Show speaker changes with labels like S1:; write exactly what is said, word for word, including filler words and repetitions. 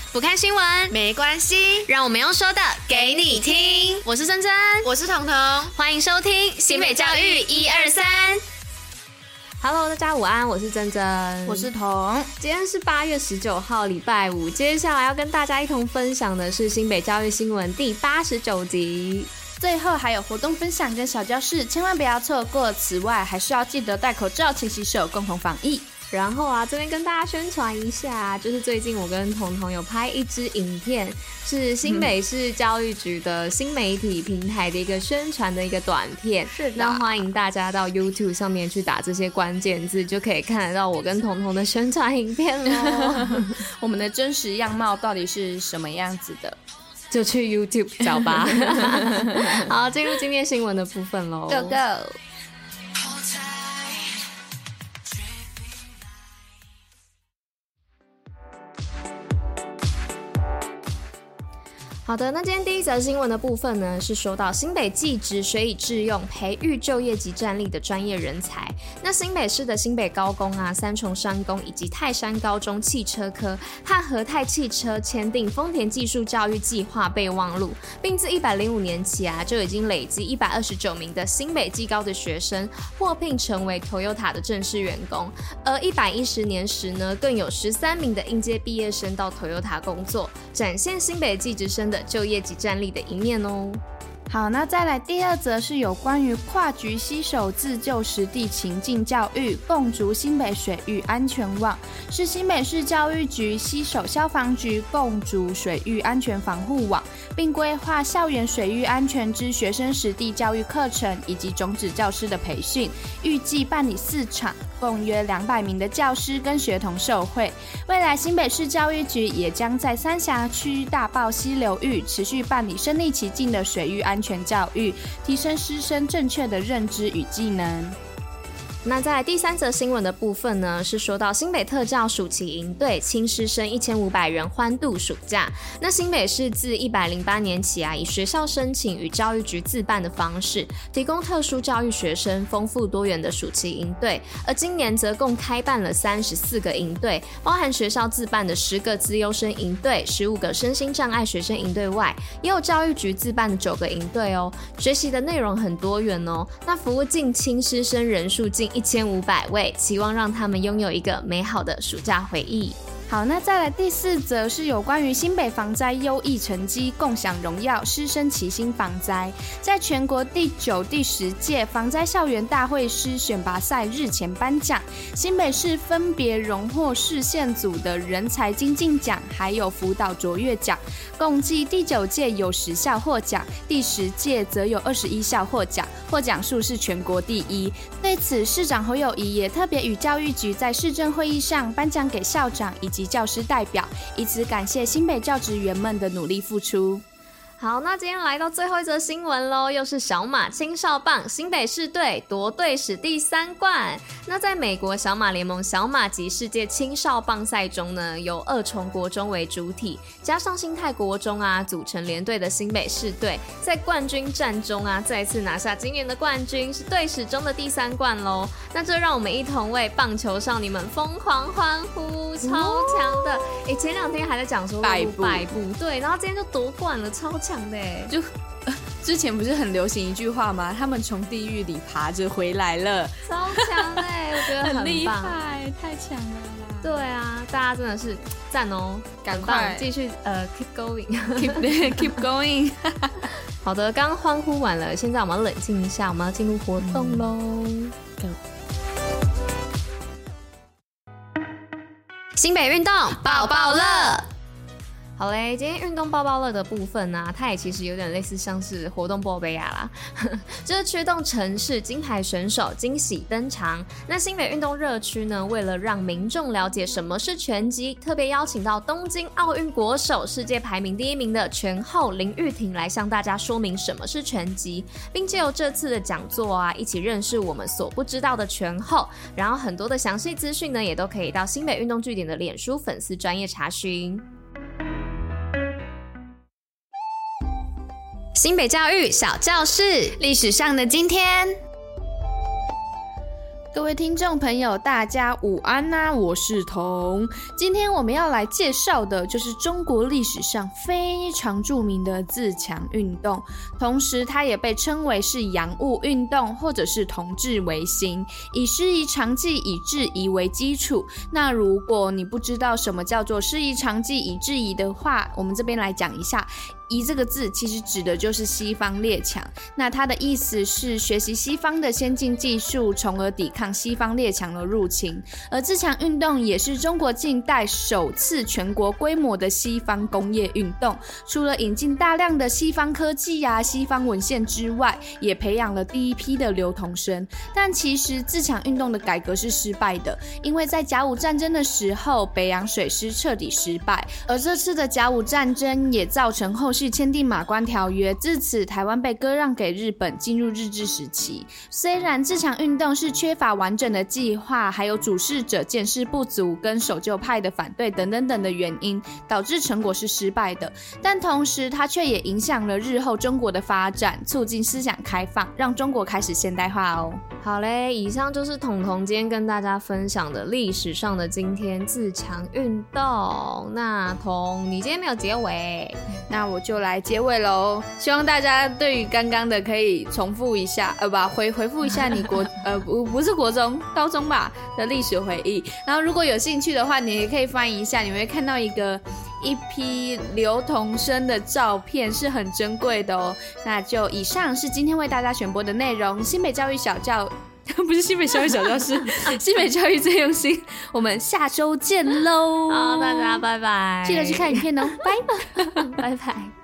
S1: 不看新闻
S2: 没关系，
S1: 让我们用说的给你听。我是珍珍，
S2: 我是彤彤，
S1: 欢迎收听新北教育一二三。Hello， 大家午安，我是珍珍，
S2: 我是彤。
S1: 今天是八月十九号，礼拜五。接下来要跟大家一同分享的是新北教育新闻第八十九集。
S2: 最后还有活动分享跟小教室，千万不要错过。此外，还是要记得戴口罩、勤洗手，共同防疫。
S1: 然后啊，这边跟大家宣传一下，就是最近我跟彤彤有拍一支影片，是新北市教育局的新媒体平台的一个宣传的一个短片。
S2: 是的，
S1: 那欢迎大家到 YouTube 上面去打这些关键字，就可以看得到我跟彤彤的宣传影片咯。
S2: 我们的真实样貌到底是什么样子的？
S1: 就去 YouTube 找吧。好，进入今天新闻的部分咯。
S2: Go go。
S1: 好的，那今天第一则新闻的部分呢，是说到新北技职学以致用，培育就业及战力的专业人才。那新北市的新北高工啊、三重商工以及泰山高中汽车科和和泰汽车签订丰田技术教育计划备忘录，并自一百零五年起啊，就已经累积一百二十九名的新北技高的学生获聘成为 Toyota 的正式员工，而一百一十年时呢，更有十三名的应届毕业生到 Toyota 工作，展现新北技职生的就业及战力的一面哦。
S2: 好，那再来第二则是有关于跨局携手自救实地情境教育，共筑新北水域安全网，是新北市教育局携手消防局共筑水域安全防护网，并规划校园水域安全之学生实地教育课程以及种子教师的培训，预计办理四场，共约两百名的教师跟学童受惠。未来新北市教育局也将在三峡区大豹溪流域持续办理身临其境的水域安全安全教育，提升师生正确的认知与技能。
S1: 那在来第三则新闻的部分呢，是说到新北特教暑期营队亲师生一千五百元欢度暑假。那新北市自一百零八年起啊，以学校申请与教育局自办的方式，提供特殊教育学生丰富多元的暑期营队。而今年则共开办了三十四个营队，包含学校自办的十个资优生营队、十五个身心障碍学生营队外，也有教育局自办的九个营队哦。学习的内容很多元哦。那服务近亲师生人数近一千五百位，期望让他们拥有一个美好的暑假回忆。
S2: 好，那再来第四则是有关于新北防灾优异成绩共享荣耀，师生齐心防灾。在全国第九、第十届防灾校园大会师选拔赛日前颁奖，新北市分别荣获市县组的人才精进奖，还有辅导卓越奖。共计第九届有十校获奖，第十届则有二十一校获奖，获奖数是全国第一。对此，市长侯友宜也特别与教育局在市政会议上颁奖给校长以及及教师代表，以此感谢新北教职员们的努力付出。
S1: 好，那今天来到最后一则新闻咯，又是小马青少棒新北市队夺队史第三冠。那在美国小马联盟小马级世界青少棒赛中呢，由二重国中为主体，加上新泰国中啊组成联队的新北市队，在冠军战中啊再次拿下今年的冠军，是队史中的第三冠咯。那这让我们一同为棒球少女们疯狂欢呼，超强的！哎、欸，前两天还在讲说
S2: 败部
S1: 败部，对，然后今天就夺冠了，超强。
S2: 就、呃、之前不是很流行一句话吗？他们从地狱里爬着回来了，
S1: 超强哎、欸！我觉得 很,
S2: 很厉害，太强了啦！
S1: 对啊，大家真的是赞哦，赶快继续呃 keep
S2: going，keep keep going 。
S1: 好的，刚欢呼完了，现在我们要冷静一下，我们要进入活动喽。嗯、新北运动爆爆乐。好嘞，今天运动爆爆乐的部分呢、啊，它也其实有点类似像是活动波贝亚啦，就是驱动城市金牌选手惊喜登场。那新北运动热区呢，为了让民众了解什么是拳击，特别邀请到东京奥运国手、世界排名第一名的拳后林玉婷来向大家说明什么是拳击，并借由这次的讲座啊，一起认识我们所不知道的拳后。然后很多的详细资讯呢，也都可以到新北运动据点的脸书粉丝专页查询。新北教育小教室，
S2: 历史上的今天。 各位听众朋友大家午安啊，我是彤。今天我们要来介绍的就是中国历史上非常著名的自强运动，同时它也被称为是洋务运动或者是同治维新，以师夷长技以制夷为基础。那如果你不知道什么叫做师夷长技以制夷的话，我们这边来讲一下。夷这个字其实指的就是西方列强，那它的意思是学习西方的先进技术，从而抵抗西方列强的入侵。而自强运动也是中国近代首次全国规模的西方工业运动，除了引进大量的西方科技啊、西方文献之外，也培养了第一批的留童生。但其实自强运动的改革是失败的，因为在甲午战争的时候，北洋水师彻底失败，而这次的甲午战争也造成后续签订马关条约，自此台湾被割让给日本，进入日治时期。虽然自强运动是缺乏完整的计划，还有主事者见识不足跟守旧派的反对等等等的原因，导致成果是失败的，但同时它却也影响了日后中国的发展，促进思想开放，让中国开始现代化哦。
S1: 好嘞，以上就是彤彤今天跟大家分享的历史上的今天自强运动。那彤，你今天没有结尾，
S2: 那我就来结尾喽。希望大家对于刚刚的可以重复一下，呃，不，回回复一下你国呃不不是国中高中吧的历史回忆。然后如果有兴趣的话，你也可以翻译一下，你会看到一个一批留童生的照片，是很珍贵的哦。那就以上是今天为大家选播的内容，新北教育小教。不是新北教育小教室，新北教育最用心。我们下周见喽！
S1: 好，大家拜拜，
S2: 记得去看影片哦，拜
S1: 拜拜。